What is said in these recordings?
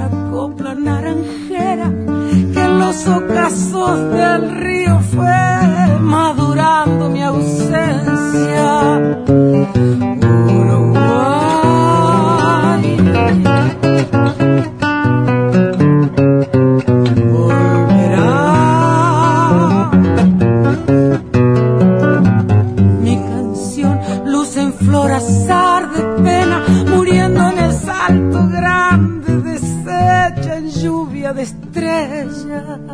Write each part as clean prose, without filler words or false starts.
una copla naranjera que en los ocasos del río fue madurando mi ausencia. Uruguay, volverá. Mi canción luce en flor azar de pena, muriendo en el salto grande, deshecha en lluvia de estrellas.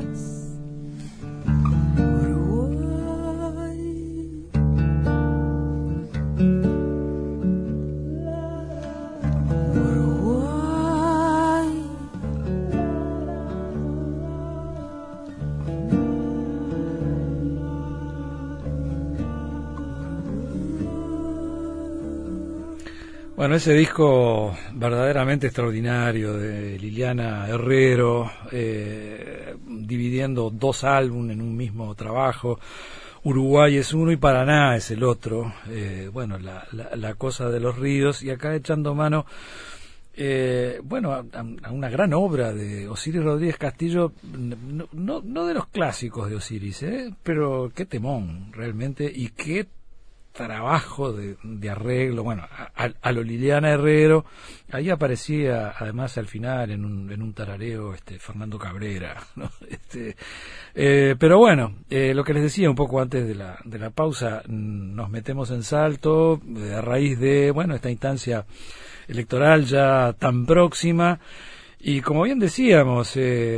Bueno, ese disco verdaderamente extraordinario de Liliana Herrero, dividiendo 2 álbumes en un mismo trabajo. Uruguay es uno y Paraná es el otro. Bueno, la cosa de los ríos, y acá echando mano bueno, a una gran obra de Osiris Rodríguez Castillo, no de los clásicos de Osiris, pero qué temón realmente, y qué trabajo de arreglo. Bueno, a lo Liliana Herrero. Ahí aparecía además al final en un tarareo Fernando Cabrera, ¿no? Pero bueno, lo que les decía un poco antes de la pausa, nos metemos en Salto a raíz de, bueno, esta instancia electoral ya tan próxima, y como bien decíamos,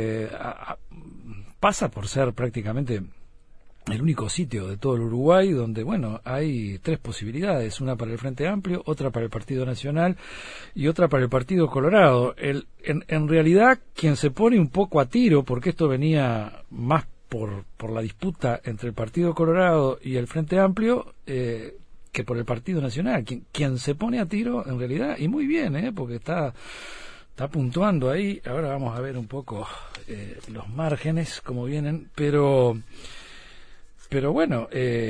pasa por ser prácticamente el único sitio de todo el Uruguay donde, bueno, hay 3 posibilidades: una para el Frente Amplio, otra para el Partido Nacional y otra para el Partido Colorado. En realidad, quien se pone un poco a tiro, porque esto venía más por la disputa entre el Partido Colorado y el Frente Amplio, que por el Partido Nacional. Quien se pone a tiro, en realidad, y muy bien, porque está puntuando ahí. Ahora vamos a ver un poco los márgenes, cómo vienen, pero bueno,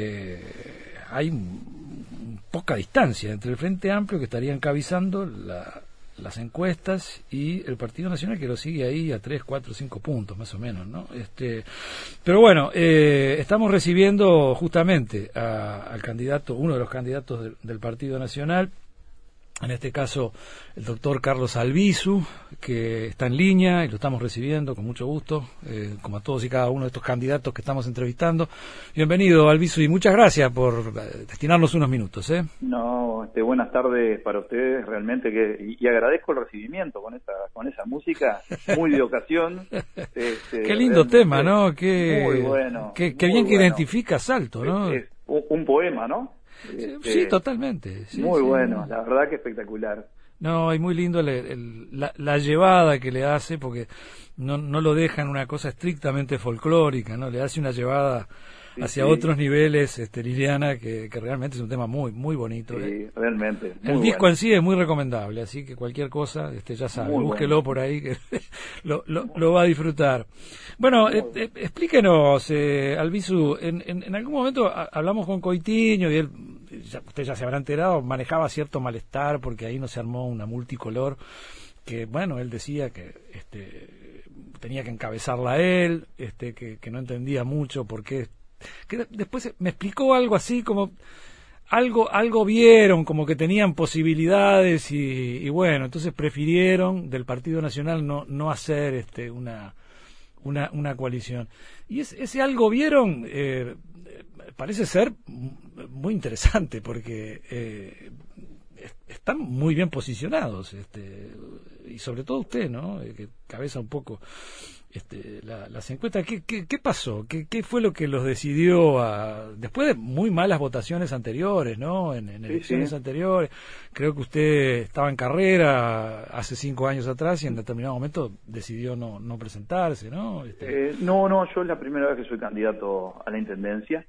hay poca distancia entre el Frente Amplio, que estaría encabezando las encuestas, y el Partido Nacional, que lo sigue ahí a 3, 4, 5 puntos más o menos, ¿no? Pero bueno, estamos recibiendo justamente al candidato, uno de los candidatos del Partido Nacional, en este caso el doctor Carlos Albizu, que está en línea y lo estamos recibiendo con mucho gusto, como a todos y cada uno de estos candidatos que estamos entrevistando. Bienvenido, Albizu, y muchas gracias por destinarnos unos minutos. No, buenas tardes para ustedes, realmente, y agradezco el recibimiento con esa música, muy de ocasión. Qué lindo tema, ¿no? Muy bueno. Qué bien que identifica Salto, ¿no? Es un poema, ¿no? Sí, totalmente. Sí, muy sí, bueno, la verdad que espectacular. No, y muy lindo la llevada que le hace, porque no lo deja en una cosa estrictamente folclórica, ¿no? Le hace una llevada hacia otros niveles, Liliana, que realmente es un tema muy muy bonito. Sí, realmente. El disco en sí es muy recomendable, así que cualquier cosa, ya sabe, muy búsquelo bueno. Por ahí, que lo va a disfrutar. Bueno, explíquenos, Albizu, en algún momento hablamos con Coitiño, y él, usted ya se habrá enterado, manejaba cierto malestar porque ahí no se armó una multicolor, que bueno, él decía que tenía que encabezarla él, que no entendía mucho por qué, que después me explicó algo así como algo vieron como que tenían posibilidades, y bueno, entonces prefirieron del Partido Nacional no hacer una coalición, y ese algo vieron parece ser muy interesante, porque están muy bien posicionados, y sobre todo usted, ¿no? Que cabeza un poco las encuestas. ¿Qué pasó? ¿Qué fue lo que los decidió después de muy malas votaciones anteriores, ¿no? En elecciones anteriores? Creo que usted estaba en carrera hace 5 años atrás y en determinado momento decidió no presentarse, ¿no? No, yo es la primera vez que soy candidato a la intendencia.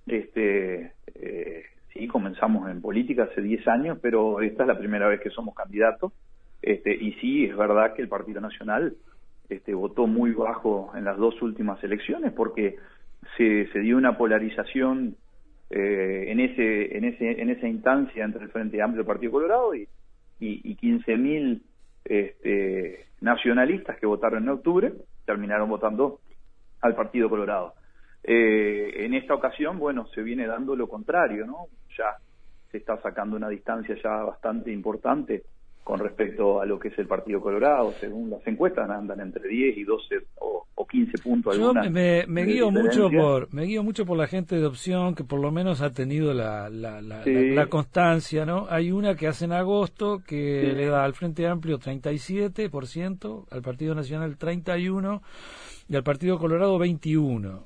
Sí, comenzamos en política hace 10 años, pero esta es la primera vez que somos candidatos. Y sí, es verdad que el Partido Nacional votó muy bajo en las 2 últimas elecciones, porque se dio una polarización en esa instancia entre el Frente Amplio y el Partido Colorado, y 15.000 nacionalistas que votaron en octubre terminaron votando al Partido Colorado. En esta ocasión, bueno, se viene dando lo contrario, ¿no? Ya se está sacando una distancia ya bastante importante con respecto a lo que es el Partido Colorado. Según las encuestas andan entre 10 y 12 o 15 puntos. Yo me guío mucho por la gente de Opción, que por lo menos ha tenido la constancia, ¿no? Hay una que hace en agosto que le da al Frente Amplio 37%, al Partido Nacional 31% y al Partido Colorado 21%.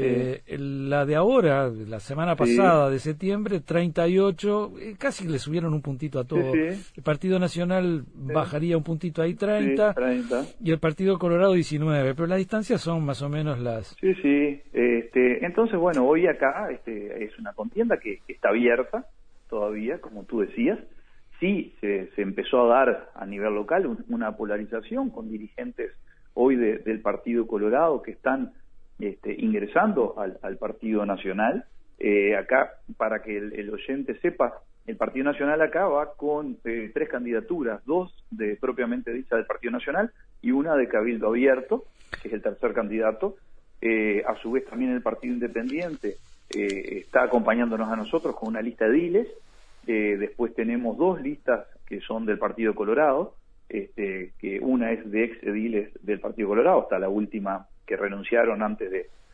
La de ahora, la semana pasada de septiembre, 38%, casi le subieron un puntito a todo. El Partido Nacional bajaría un puntito ahí, 30%, y el Partido Colorado 19%, pero las distancias son más o menos las... Entonces, bueno, hoy acá es una contienda que está abierta todavía, como tú decías. Sí, se empezó a dar a nivel local una polarización con dirigentes hoy del Partido Colorado que están ingresando al Partido Nacional. Acá, para que el oyente sepa, el Partido Nacional acá va con 3 candidaturas, 2 propiamente dicha del Partido Nacional y una de Cabildo Abierto, que es el tercer candidato. A su vez también el Partido Independiente está acompañándonos a nosotros con una lista de ediles. Después tenemos 2 listas que son del Partido Colorado, que una es de ex ediles del Partido Colorado, hasta la última que renunciaron antes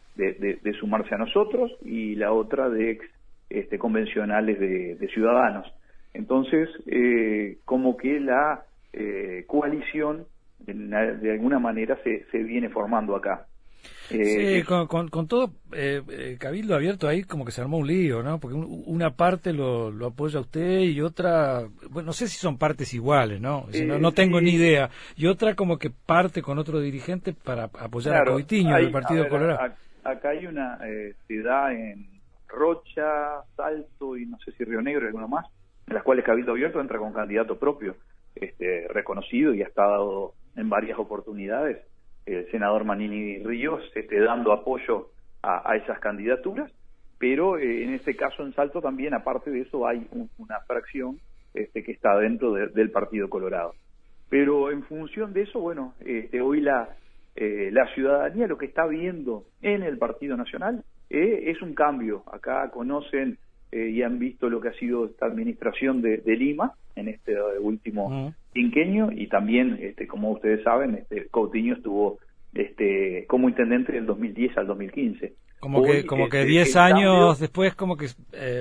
de sumarse a nosotros, y la otra de ex convencionales de Ciudadanos. Entonces, como que la coalición de alguna manera se viene formando acá. Sí, con todo Cabildo Abierto ahí como que se armó un lío, ¿no? Porque una parte lo apoya a usted y otra, bueno, no sé si son partes iguales, ¿no? No tengo ni idea. Y otra como que parte con otro dirigente para apoyar a Coitiño del Partido Colorado. Acá hay una ciudad en Rocha, Salto y no sé si Río Negro y alguno más, en las cuales Cabildo Abierto entra con candidato propio, reconocido y ha estado en varias oportunidades. El senador Manini Ríos dando apoyo a esas candidaturas, pero en este caso en Salto también, aparte de eso, hay una fracción que está dentro del Partido Colorado. Pero en función de eso, bueno, hoy la ciudadanía lo que está viendo en el Partido Nacional es un cambio. Acá conocen y han visto lo que ha sido esta administración de Lima en este último quinquenio, y también, como ustedes saben, Coutinho estuvo como intendente del 2010 al 2015. Como que 10 años después, como que...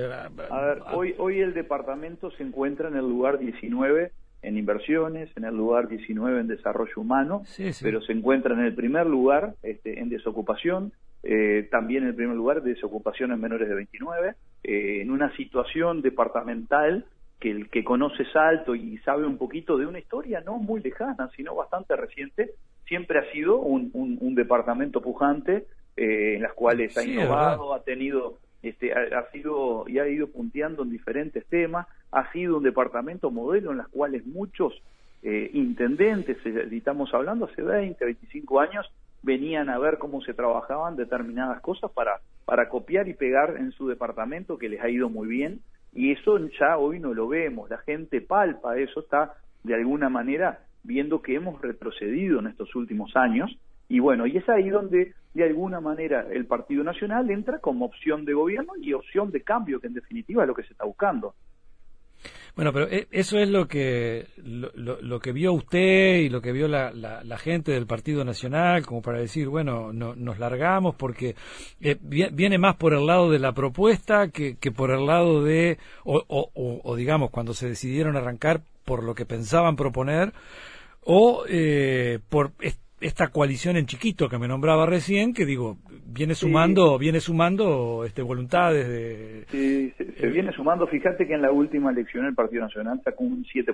hoy el departamento se encuentra en el lugar 19 en inversiones, en el lugar 19 en desarrollo humano, pero se encuentra en el primer lugar en desocupación, también en el primer lugar de desocupación en menores de 29, en una situación departamental que el que conoce Salto y sabe un poquito de una historia no muy lejana, sino bastante reciente, siempre ha sido un departamento pujante, en las cuales ha innovado, ha tenido, ha sido y ha ido punteando en diferentes temas, ha sido un departamento modelo en las cuales muchos intendentes, estamos hablando hace 20, 25 años, venían a ver cómo se trabajaban determinadas cosas para copiar y pegar en su departamento, que les ha ido muy bien, y eso ya hoy no lo vemos, la gente palpa eso, está de alguna manera viendo que hemos retrocedido en estos últimos años, y bueno, y es ahí donde de alguna manera el Partido Nacional entra como opción de gobierno y opción de cambio, que en definitiva es lo que se está buscando. Bueno, pero eso es lo que vio usted y lo que vio la gente del Partido Nacional, como para decir, bueno, nos largamos, porque viene más por el lado de la propuesta que por el lado de, o digamos, cuando se decidieron arrancar por lo que pensaban proponer, o por esta coalición en chiquito que me nombraba recién, que digo, viene sumando voluntades de... Sí, se viene sumando. Fíjate que en la última elección el Partido Nacional sacó un 7%,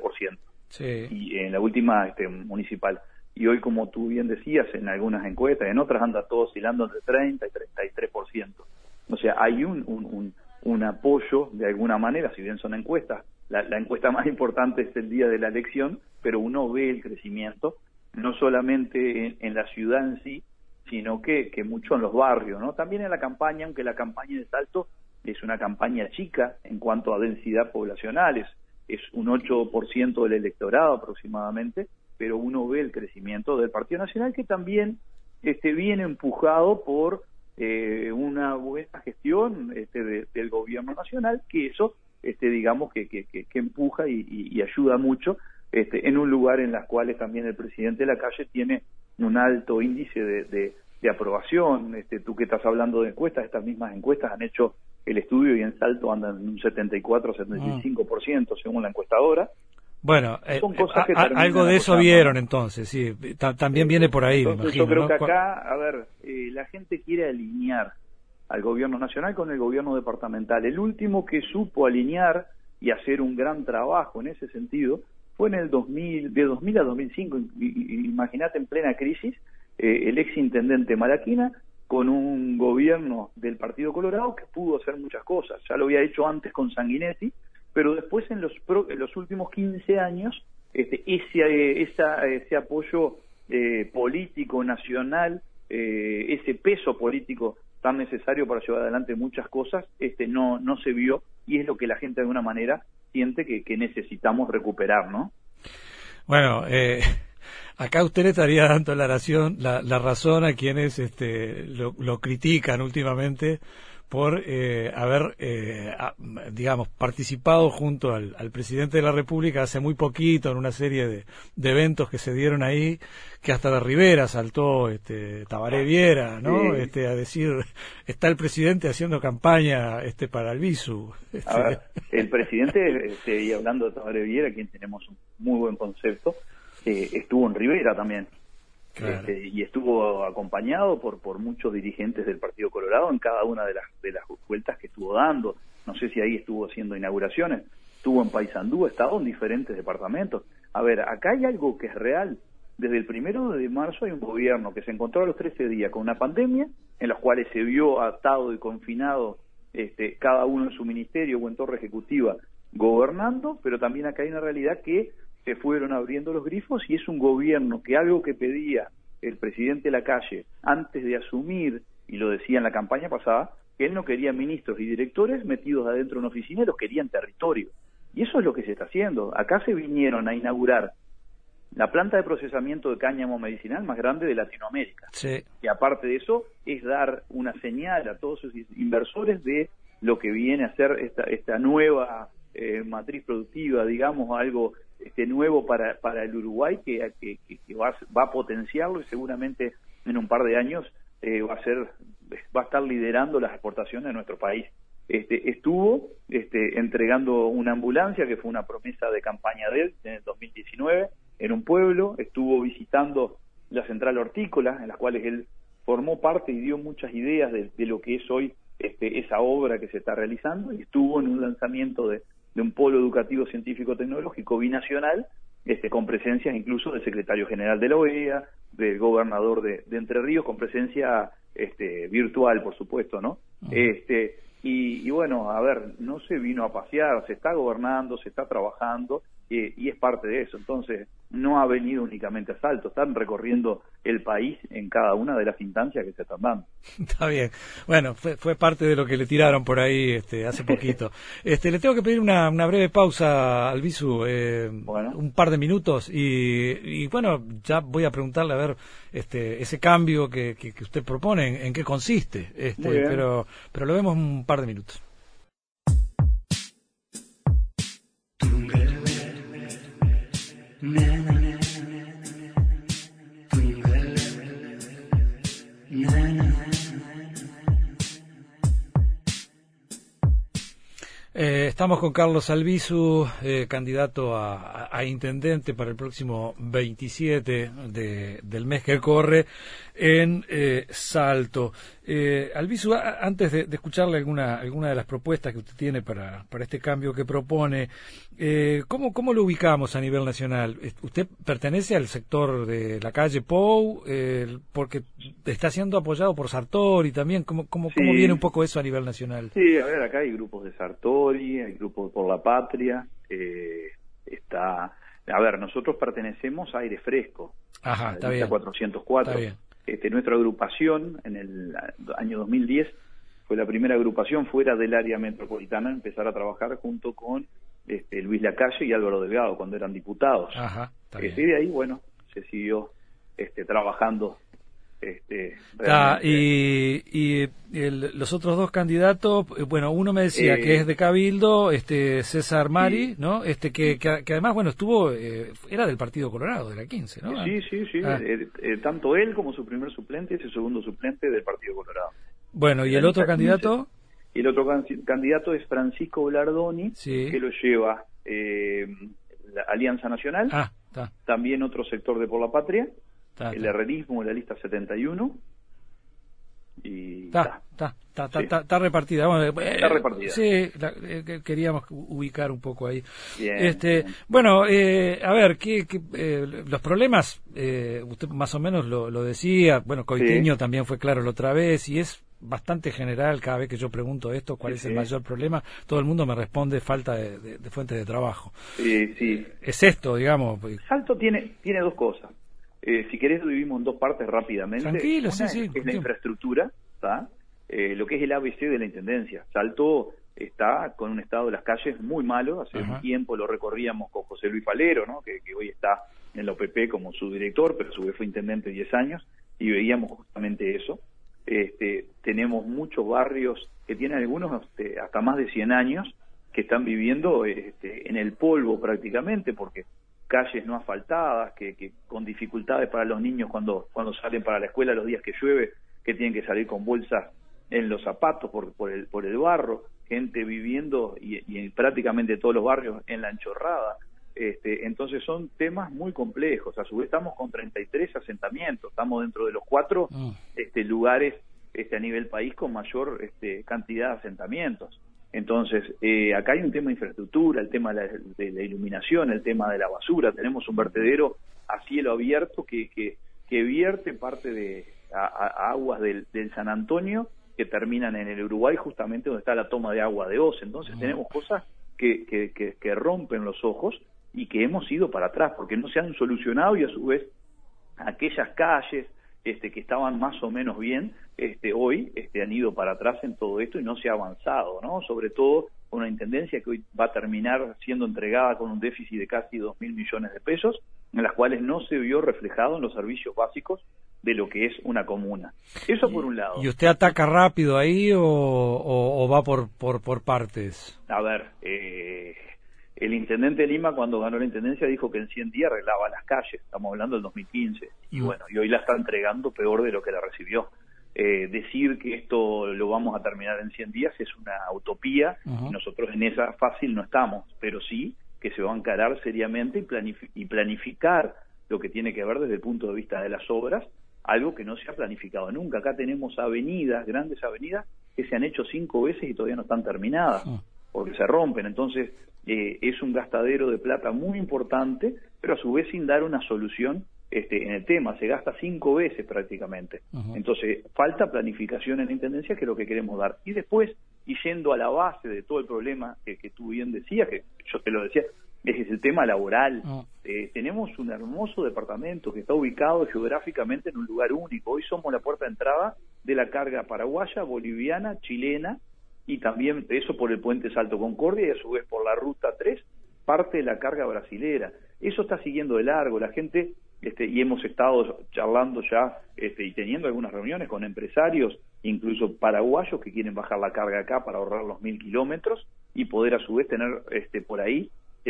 y en la última municipal, y hoy, como tú bien decías, en algunas encuestas, en otras anda todo oscilando entre 30 y 33%. O sea, hay un apoyo de alguna manera, si bien son encuestas, la encuesta más importante es el día de la elección, pero uno ve el crecimiento, no solamente en la ciudad en sí, sino que mucho en los barrios, ¿no? También en la campaña, aunque la campaña de Salto es una campaña chica en cuanto a densidad poblacional, es un 8% del electorado aproximadamente, pero uno ve el crecimiento del Partido Nacional, que también viene empujado por una buena gestión del gobierno nacional, que eso digamos que empuja y ayuda mucho en un lugar en las cuales también el presidente Lacalle tiene un alto índice de aprobación. Tú que estás hablando de encuestas, estas mismas encuestas han hecho el estudio y en Salto andan en un 74-75% según la encuestadora. Bueno, son cosas que algo de eso vieron entonces, sí, también viene por ahí, entonces, me imagino. Yo creo ¿no? que acá, a ver, la gente quiere alinear al gobierno nacional con el gobierno departamental. El último que supo alinear y hacer un gran trabajo en ese sentido fue en el 2000, de 2000 a 2005, imagínate en plena crisis, el ex intendente Malaquina con un gobierno del Partido Colorado que pudo hacer muchas cosas. Ya lo había hecho antes con Sanguinetti, pero después en los últimos 15 años ese apoyo político nacional, ese peso político tan necesario para llevar adelante muchas cosas, no se vio, y es lo que la gente de alguna manera siente que necesitamos recuperar, ¿no? Bueno, acá usted le estaría dando la razón a quienes lo critican últimamente por haber, digamos, participado junto al presidente de la República hace muy poquito en una serie de eventos que se dieron ahí, que hasta de Rivera saltó Tabaré Viera, ¿no? A decir, está el presidente haciendo campaña para Albizu. A ver, el presidente, y hablando de Tabaré Viera, quien tenemos un muy buen concepto, estuvo en Rivera también. Claro. Y estuvo acompañado por muchos dirigentes del Partido Colorado en cada una de las vueltas que estuvo dando. No sé si ahí estuvo haciendo inauguraciones, estuvo en Paysandú, ha estado en diferentes departamentos. A ver, acá hay algo que es real. Desde el 1 de marzo hay un gobierno que se encontró a los 13 días con una pandemia, en los cuales se vio atado y confinado cada uno en su ministerio o en torre ejecutiva gobernando, pero también acá hay una realidad que se fueron abriendo los grifos, y es un gobierno que algo que pedía el presidente Lacalle antes de asumir, y lo decía en la campaña pasada, que él no quería ministros y directores metidos adentro de una oficina, los quería en territorio. Y eso es lo que se está haciendo. Acá se vinieron a inaugurar la planta de procesamiento de cáñamo medicinal más grande de Latinoamérica. Sí. Y aparte de eso, es dar una señal a todos sus inversores de lo que viene a ser esta nueva matriz productiva, digamos, algo nuevo para el Uruguay que va a potenciarlo, y seguramente en un par de años va a estar liderando las exportaciones de nuestro país. Estuvo entregando una ambulancia, que fue una promesa de campaña de él en el 2019 en un pueblo. Estuvo visitando la central hortícola, en las cuales él formó parte y dio muchas ideas de lo que es hoy esa obra que se está realizando, y estuvo en un lanzamiento de un polo educativo científico-tecnológico binacional, con presencias incluso del secretario general de la OEA, del gobernador de Entre Ríos, con presencia virtual, por supuesto, ¿no? Y bueno, a ver, no se vino a pasear, se está gobernando, se está trabajando, y es parte de eso. Entonces, no ha venido únicamente a Salto, están recorriendo el país en cada una de las instancias que se están dando. Está bien. Bueno, fue parte de lo que le tiraron por ahí hace poquito. Le tengo que pedir una breve pausa, Albizu, bueno, un par de minutos, y bueno, ya voy a preguntarle a ver ese cambio que usted propone, en qué consiste, pero lo vemos un par de minutos. Estamos con Carlos Albizu, candidato a intendente para el próximo 27 del mes que corre en Salto. Albizu, antes de escucharle alguna de las propuestas que usted tiene para este cambio que propone, ¿cómo lo ubicamos a nivel nacional? ¿Usted pertenece al sector de la calle Pou, porque está siendo apoyado por Sartori también? ¿Cómo viene un poco eso a nivel nacional? Sí, a ver, acá hay grupos de Sartori, hay grupos por la Patria, a ver, nosotros pertenecemos a Aire Fresco, ajá, está bien. 404. Está bien. Nuestra agrupación en el año 2010 fue la primera agrupación fuera del área metropolitana en empezar a trabajar junto con Luis Lacalle y Álvaro Delgado cuando eran diputados. Ajá, Y de ahí, bueno, se siguió trabajando. Los otros dos candidatos, bueno, uno me decía que es de Cabildo, César Mari, sí, ¿no? Que además, bueno, estuvo, era del Partido Colorado, de la 15, ¿no? Sí. Tanto él como su primer suplente y su segundo suplente del Partido Colorado. Bueno, ¿y el otro candidato? Y el otro candidato es Francisco Blardoni, sí, que lo lleva la Alianza Nacional, también otro sector de Por la Patria, el herrerismo de la lista 71, y está repartida. Bueno, está repartida. Sí, queríamos ubicar un poco ahí. Bien. Bueno, a ver, los problemas, usted más o menos lo decía, bueno, Coitiño sí, también fue claro la otra vez, y es bastante general cada vez que yo pregunto esto, ¿cuál es el mayor problema? Todo el mundo me responde falta de fuentes de trabajo. Sí. Es esto, digamos. Salto tiene dos cosas. Si querés lo dividimos en dos partes rápidamente. Tranquilo, Una es la infraestructura, ¿tá? Lo que es el ABC de la Intendencia. Salto está con un estado de las calles muy malo. Hace un tiempo lo recorríamos con José Luis Falero, ¿no? que hoy está en la OPP como subdirector, pero a su vez fue intendente 10 años, y veíamos justamente eso. Tenemos muchos barrios que tienen algunos hasta más de 100 años, que están viviendo en el polvo prácticamente, porque calles no asfaltadas, que con dificultades para los niños cuando salen para la escuela los días que llueve, que tienen que salir con bolsas en los zapatos por el barro, gente viviendo y prácticamente todos los barrios en la enchorrada. Entonces son temas muy complejos. A su vez estamos con 33 asentamientos, estamos dentro de los 4 lugares a nivel país con mayor cantidad de asentamientos. Entonces, acá hay un tema de infraestructura, el tema de la iluminación, el tema de la basura. Tenemos un vertedero a cielo abierto que vierte parte de a aguas del San Antonio que terminan en el Uruguay, justamente donde está la toma de agua de Oce. Entonces tenemos cosas que rompen los ojos y que hemos ido para atrás porque no se han solucionado, y a su vez aquellas calles que estaban más o menos bien, hoy han ido para atrás en todo esto y no se ha avanzado, ¿no? Sobre todo con una intendencia que hoy va a terminar siendo entregada con un déficit de casi 2.000 millones de pesos, en las cuales no se vio reflejado en los servicios básicos de lo que es una comuna. Eso por un lado. ¿Y usted ataca rápido ahí o va por partes? A ver, el intendente de Lima, cuando ganó la intendencia, dijo que en 100 días arreglaba las calles. Estamos hablando del 2015. Y bueno, y hoy la está entregando peor de lo que la recibió. Decir que esto lo vamos a terminar en 100 días es una utopía. Nosotros en esa fácil no estamos, pero sí que se va a encarar seriamente y planificar lo que tiene que ver desde el punto de vista de las obras, algo que no se ha planificado nunca. Acá tenemos avenidas, grandes avenidas, que se han hecho 5 veces y todavía no están terminadas, porque se rompen. Entonces, es un gastadero de plata muy importante, pero a su vez sin dar una solución en el tema. Se gasta 5 veces prácticamente. Entonces, falta planificación en la Intendencia, que es lo que queremos dar. Y después, y yendo a la base de todo el problema que tú bien decías, que yo te lo decía, es el tema laboral. Tenemos un hermoso departamento que está ubicado geográficamente en un lugar único. Hoy somos la puerta de entrada de la carga paraguaya, boliviana, chilena, y también eso por el puente Salto Concordia, y a su vez por la ruta 3, parte de la carga brasilera. Eso está siguiendo de largo. La gente, y hemos estado charlando ya, y teniendo algunas reuniones con empresarios, incluso paraguayos, que quieren bajar la carga acá para ahorrar los 1.000 kilómetros y poder a su vez tener por ahí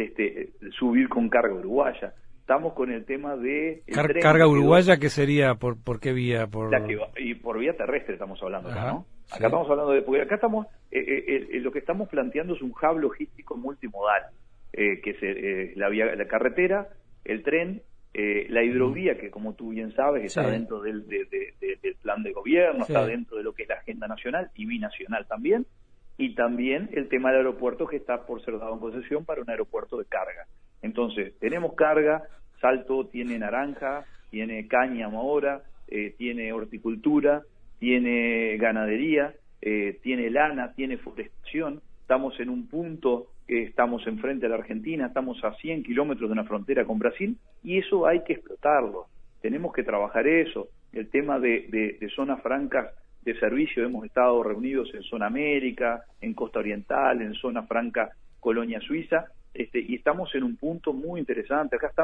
subir con carga uruguaya. Estamos con el tema de carga uruguaya, que sería por qué vía, y por vía terrestre estamos hablando acá, ¿no? Acá estamos hablando de, porque acá estamos lo que estamos planteando es un hub logístico multimodal, que es la carretera, el tren, la hidrovía, que como tú bien sabes está dentro del plan de gobierno, está dentro de lo que es la agenda nacional y binacional también. Y también el tema del aeropuerto, que está por ser dado en concesión para un aeropuerto de carga. Entonces, tenemos carga, Salto tiene naranja, tiene cáñamo ahora, tiene horticultura, tiene ganadería, tiene lana, tiene forestación. Estamos en un punto, estamos enfrente a la Argentina, estamos a 100 kilómetros de una frontera con Brasil, y eso hay que explotarlo. Tenemos que trabajar eso. El tema de zonas francas de servicio, hemos estado reunidos en Zona América, en Costa Oriental, en Zona Franca Colonia Suiza, y estamos en un punto muy interesante. Acá estamos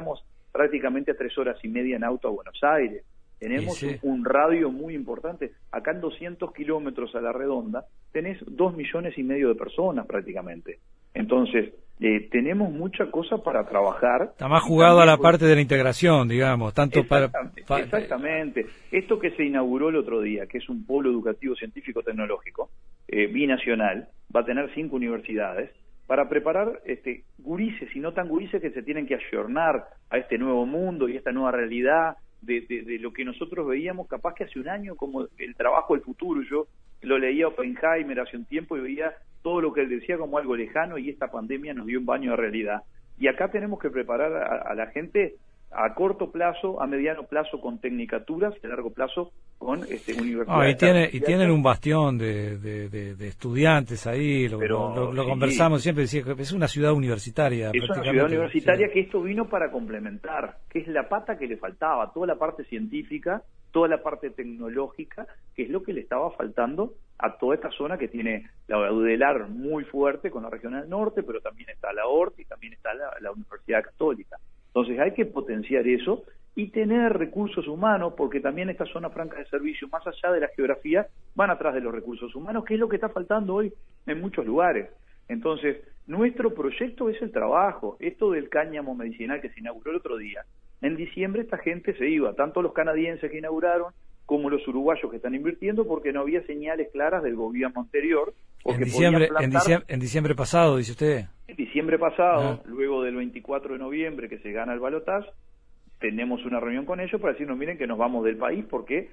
prácticamente a 3 horas y media en auto a Buenos Aires. Tenemos sí. un radio muy importante. Acá en 200 kilómetros a la redonda tenés 2,5 millones de personas prácticamente. Entonces, tenemos mucha cosa para trabajar. Está más jugado a la parte de la integración, digamos, tanto Exactamente. Esto que se inauguró el otro día, que es un polo educativo científico-tecnológico, binacional, va a tener 5 universidades, para preparar gurises y no tan gurises que se tienen que ayornar a este nuevo mundo y esta nueva realidad de lo que nosotros veíamos capaz que hace un año como el trabajo del futuro. Yo lo leía a Oppenheimer hace un tiempo y veía todo lo que él decía como algo lejano, y esta pandemia nos dio un baño de realidad. Y acá tenemos que preparar a la gente a corto plazo, a mediano plazo con tecnicaturas, a largo plazo con universidades. Y tienen un bastión de estudiantes ahí, lo conversamos siempre, decía que es una ciudad universitaria. Es una ciudad universitaria, sí. Que esto vino para complementar, que es la pata que le faltaba, toda la parte científica, toda la parte tecnológica, que es lo que le estaba faltando a toda esta zona que tiene la UDELAR muy fuerte con la regional norte, pero también está la ORT y también está la Universidad Católica. Entonces hay que potenciar eso y tener recursos humanos, porque también estas zonas francas de servicio, más allá de la geografía, van atrás de los recursos humanos, que es lo que está faltando hoy en muchos lugares. Entonces, nuestro proyecto es el trabajo. Esto del cáñamo medicinal que se inauguró el otro día, en diciembre esta gente se iba, tanto los canadienses que inauguraron como los uruguayos que están invirtiendo, porque no había señales claras del gobierno anterior. Porque en diciembre pasado, dice usted. En diciembre pasado, luego del 24 de noviembre que se gana el balotaje, tenemos una reunión con ellos para decirnos, miren que nos vamos del país porque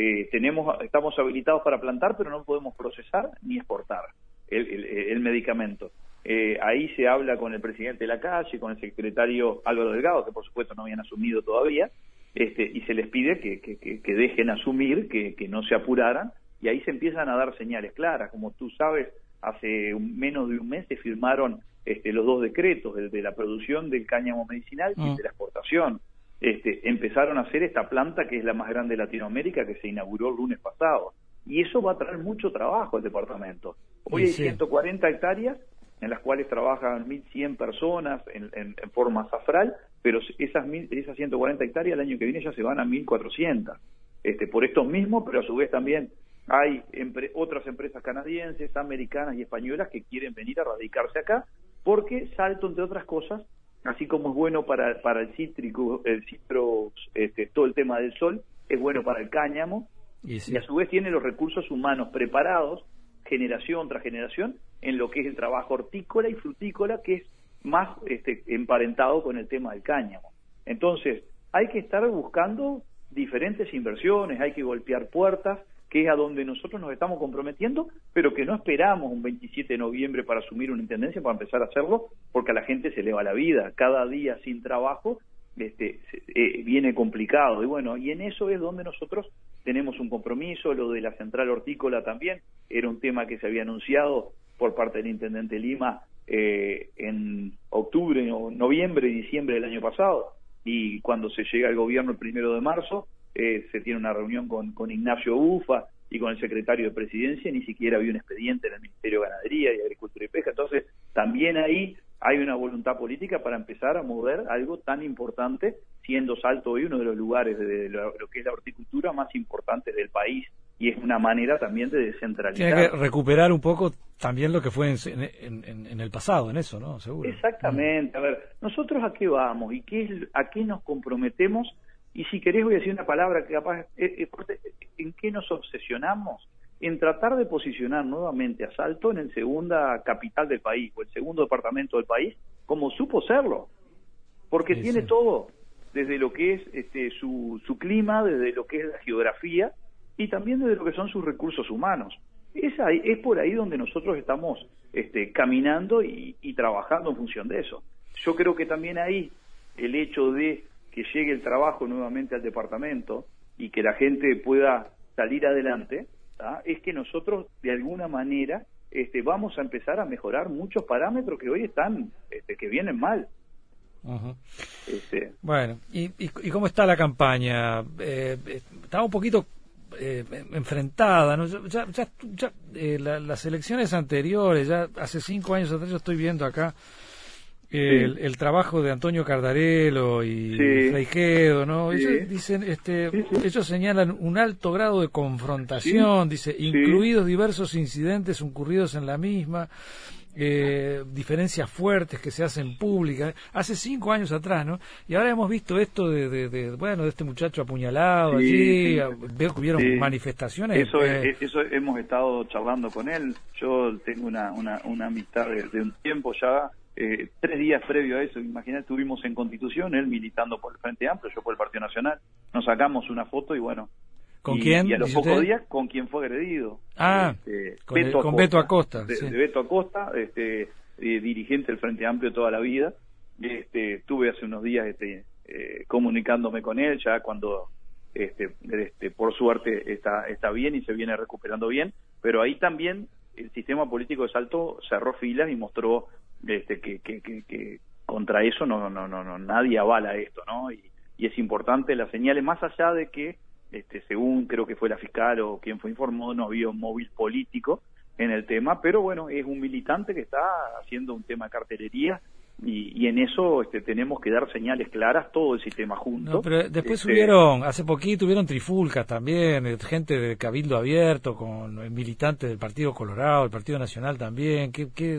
estamos habilitados para plantar, pero no podemos procesar ni exportar el medicamento. Ahí se habla con el presidente Lacalle, con el secretario Álvaro Delgado, que por supuesto no habían asumido todavía, y se les pide que dejen asumir, que no se apuraran, y ahí se empiezan a dar señales claras. Como tú sabes, hace menos de un mes se firmaron los 2 decretos, el de la producción del cáñamo medicinal y el de la exportación. Empezaron a hacer esta planta que es la más grande de Latinoamérica, que se inauguró el lunes pasado, y eso va a traer mucho trabajo al departamento. Hoy hay 140 hectáreas en las cuales trabajan 1.100 personas en forma azafral, pero esas 140 hectáreas el año que viene ya se van a 1.400, por estos mismos, pero a su vez también hay otras empresas canadienses, americanas y españolas que quieren venir a radicarse acá, porque Salto, entre otras cosas, así como es bueno para el citro, todo el tema del sol, es bueno para el cáñamo, y a su vez tiene los recursos humanos preparados, generación tras generación, en lo que es el trabajo hortícola y frutícola, que es más emparentado con el tema del cáñamo. Entonces, hay que estar buscando diferentes inversiones, hay que golpear puertas, que es a donde nosotros nos estamos comprometiendo, pero que no esperamos un 27 de noviembre para asumir una intendencia, para empezar a hacerlo, porque a la gente se le va la vida. Cada día sin trabajo viene complicado. Y bueno, y en eso es donde nosotros tenemos un compromiso. Lo de la central hortícola también era un tema que se había anunciado por parte del intendente Lima en octubre, noviembre y diciembre del año pasado. Y cuando se llega al gobierno el 1 de marzo, se tiene una reunión con Ignacio Ufa y con el secretario de Presidencia, ni siquiera había un expediente en el Ministerio de Ganadería y Agricultura y Pesca. Entonces, también ahí hay una voluntad política para empezar a mover algo tan importante, siendo Salto hoy uno de los lugares de lo que es la horticultura más importantes del país, y es una manera también de descentralizar. Tiene que recuperar un poco también lo que fue en el pasado, en eso, ¿no? Seguro. Exactamente. A ver, nosotros a qué vamos y a qué nos comprometemos. Y si querés voy a decir una palabra que capaz, ¿en qué nos obsesionamos? En tratar de posicionar nuevamente a Salto en el segunda capital del país, o el segundo departamento del país, como supo serlo. Porque tiene todo, desde lo que es su clima, desde lo que es la geografía, y también desde lo que son sus recursos humanos. Es por ahí donde nosotros estamos caminando y trabajando en función de eso. Yo creo que también ahí el hecho de que llegue el trabajo nuevamente al departamento y que la gente pueda salir adelante, ¿tá? Es que nosotros de alguna manera vamos a empezar a mejorar muchos parámetros que hoy están, que vienen mal. Uh-huh. Bueno, ¿y cómo está la campaña? Está un poquito enfrentada, ¿no? Las elecciones anteriores, ya hace 5 años atrás, yo estoy viendo acá el trabajo de Antonio Cardarello y Fraijedo, ¿no? Ellos dicen, ellos señalan un alto grado de confrontación, dice, incluidos diversos incidentes ocurridos en la misma, diferencias fuertes que se hacen públicas, hace 5 años atrás, ¿no? Y ahora hemos visto esto de este muchacho apuñalado allí, veo que hubieron manifestaciones. Eso hemos estado charlando con él. Yo tengo una amistad de un tiempo ya. 3 días previo a eso, imagínate, estuvimos en Constitución, él militando por el Frente Amplio, yo por el Partido Nacional, nos sacamos una foto y bueno. ¿Con quién? Y a los pocos días, con quien fue agredido. Con Beto Acosta. De Beto Acosta, dirigente del Frente Amplio toda la vida. Estuve hace unos días comunicándome con él, ya cuando por suerte está bien y se viene recuperando bien, pero ahí también el sistema político de Salto cerró filas y mostró que contra eso no nadie avala esto, ¿no? Y es importante las señales, más allá de que según creo que fue la fiscal o quien fue informó, no había un móvil político en el tema, pero bueno, es un militante que está haciendo un tema de cartelería y en eso tenemos que dar señales claras, todo el sistema junto. No, pero después hace poquito hubieron trifulcas también, gente de Cabildo Abierto con militantes del Partido Colorado, del Partido Nacional también.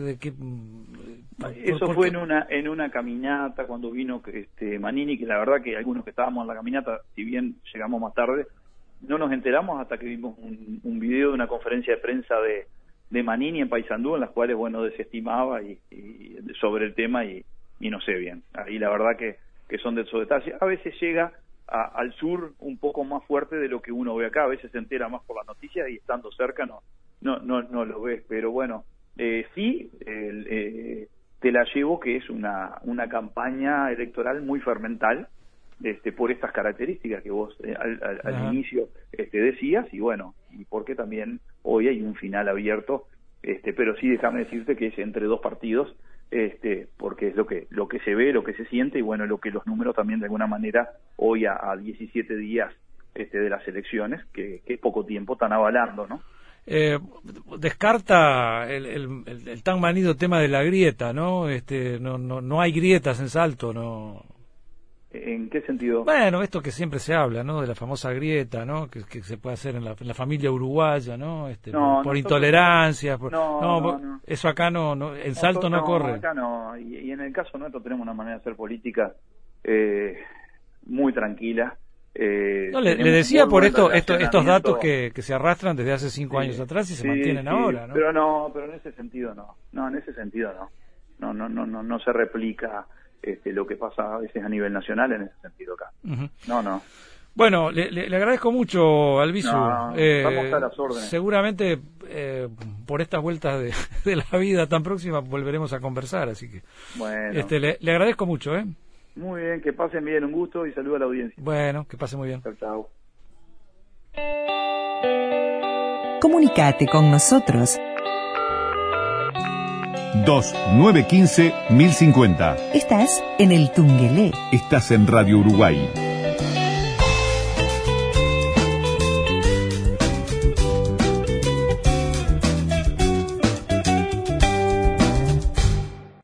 Eso fue en una caminata cuando vino Manini, que la verdad que algunos que estábamos en la caminata, si bien llegamos más tarde, no nos enteramos hasta que vimos un video de una conferencia de prensa de Manini en Paysandú, en las cuales, bueno, desestimaba y sobre el tema y no sé bien. Ahí la verdad que son de esos detalles. A veces llega al sur un poco más fuerte de lo que uno ve acá, a veces se entera más por las noticias y estando cerca no lo ves, pero bueno, sí, te la llevo que es una campaña electoral muy fermental, por estas características que vos al inicio decías, y bueno, y porque también hoy hay un final abierto, pero sí déjame decirte que es entre 2 partidos, porque es lo que se ve, lo que se siente, y bueno, lo que los números también de alguna manera hoy a 17 días de las elecciones, que es poco tiempo, están avalando, ¿no? Descarta el tan manido tema de la grieta, ¿no? No hay grietas en Salto, ¿no? ¿En qué sentido? Bueno, esto que siempre se habla, ¿no? De la famosa grieta, ¿no? Que se puede hacer en la familia uruguaya, ¿no? Por intolerancia. Eso acá no en Salto no corre. Acá no. Y en el caso nuestro tenemos una manera de hacer política muy tranquila. Le decía por estos datos que se arrastran desde hace 5 años atrás y se mantienen ahora, ¿no? Pero en ese sentido no, en ese sentido no se replica lo que pasa a veces a nivel nacional en ese sentido acá. No. Bueno, le agradezco mucho, Albizu. Vamos a las órdenes. Seguramente por estas vueltas de la vida tan próxima volveremos a conversar, así que bueno. Le agradezco mucho, Muy bien, que pasen bien, un gusto y saludo a la audiencia. Bueno, que pase muy bien. Chao. Comunicate con nosotros. 2915-1050. Estás en el Tungelé. Estás en Radio Uruguay.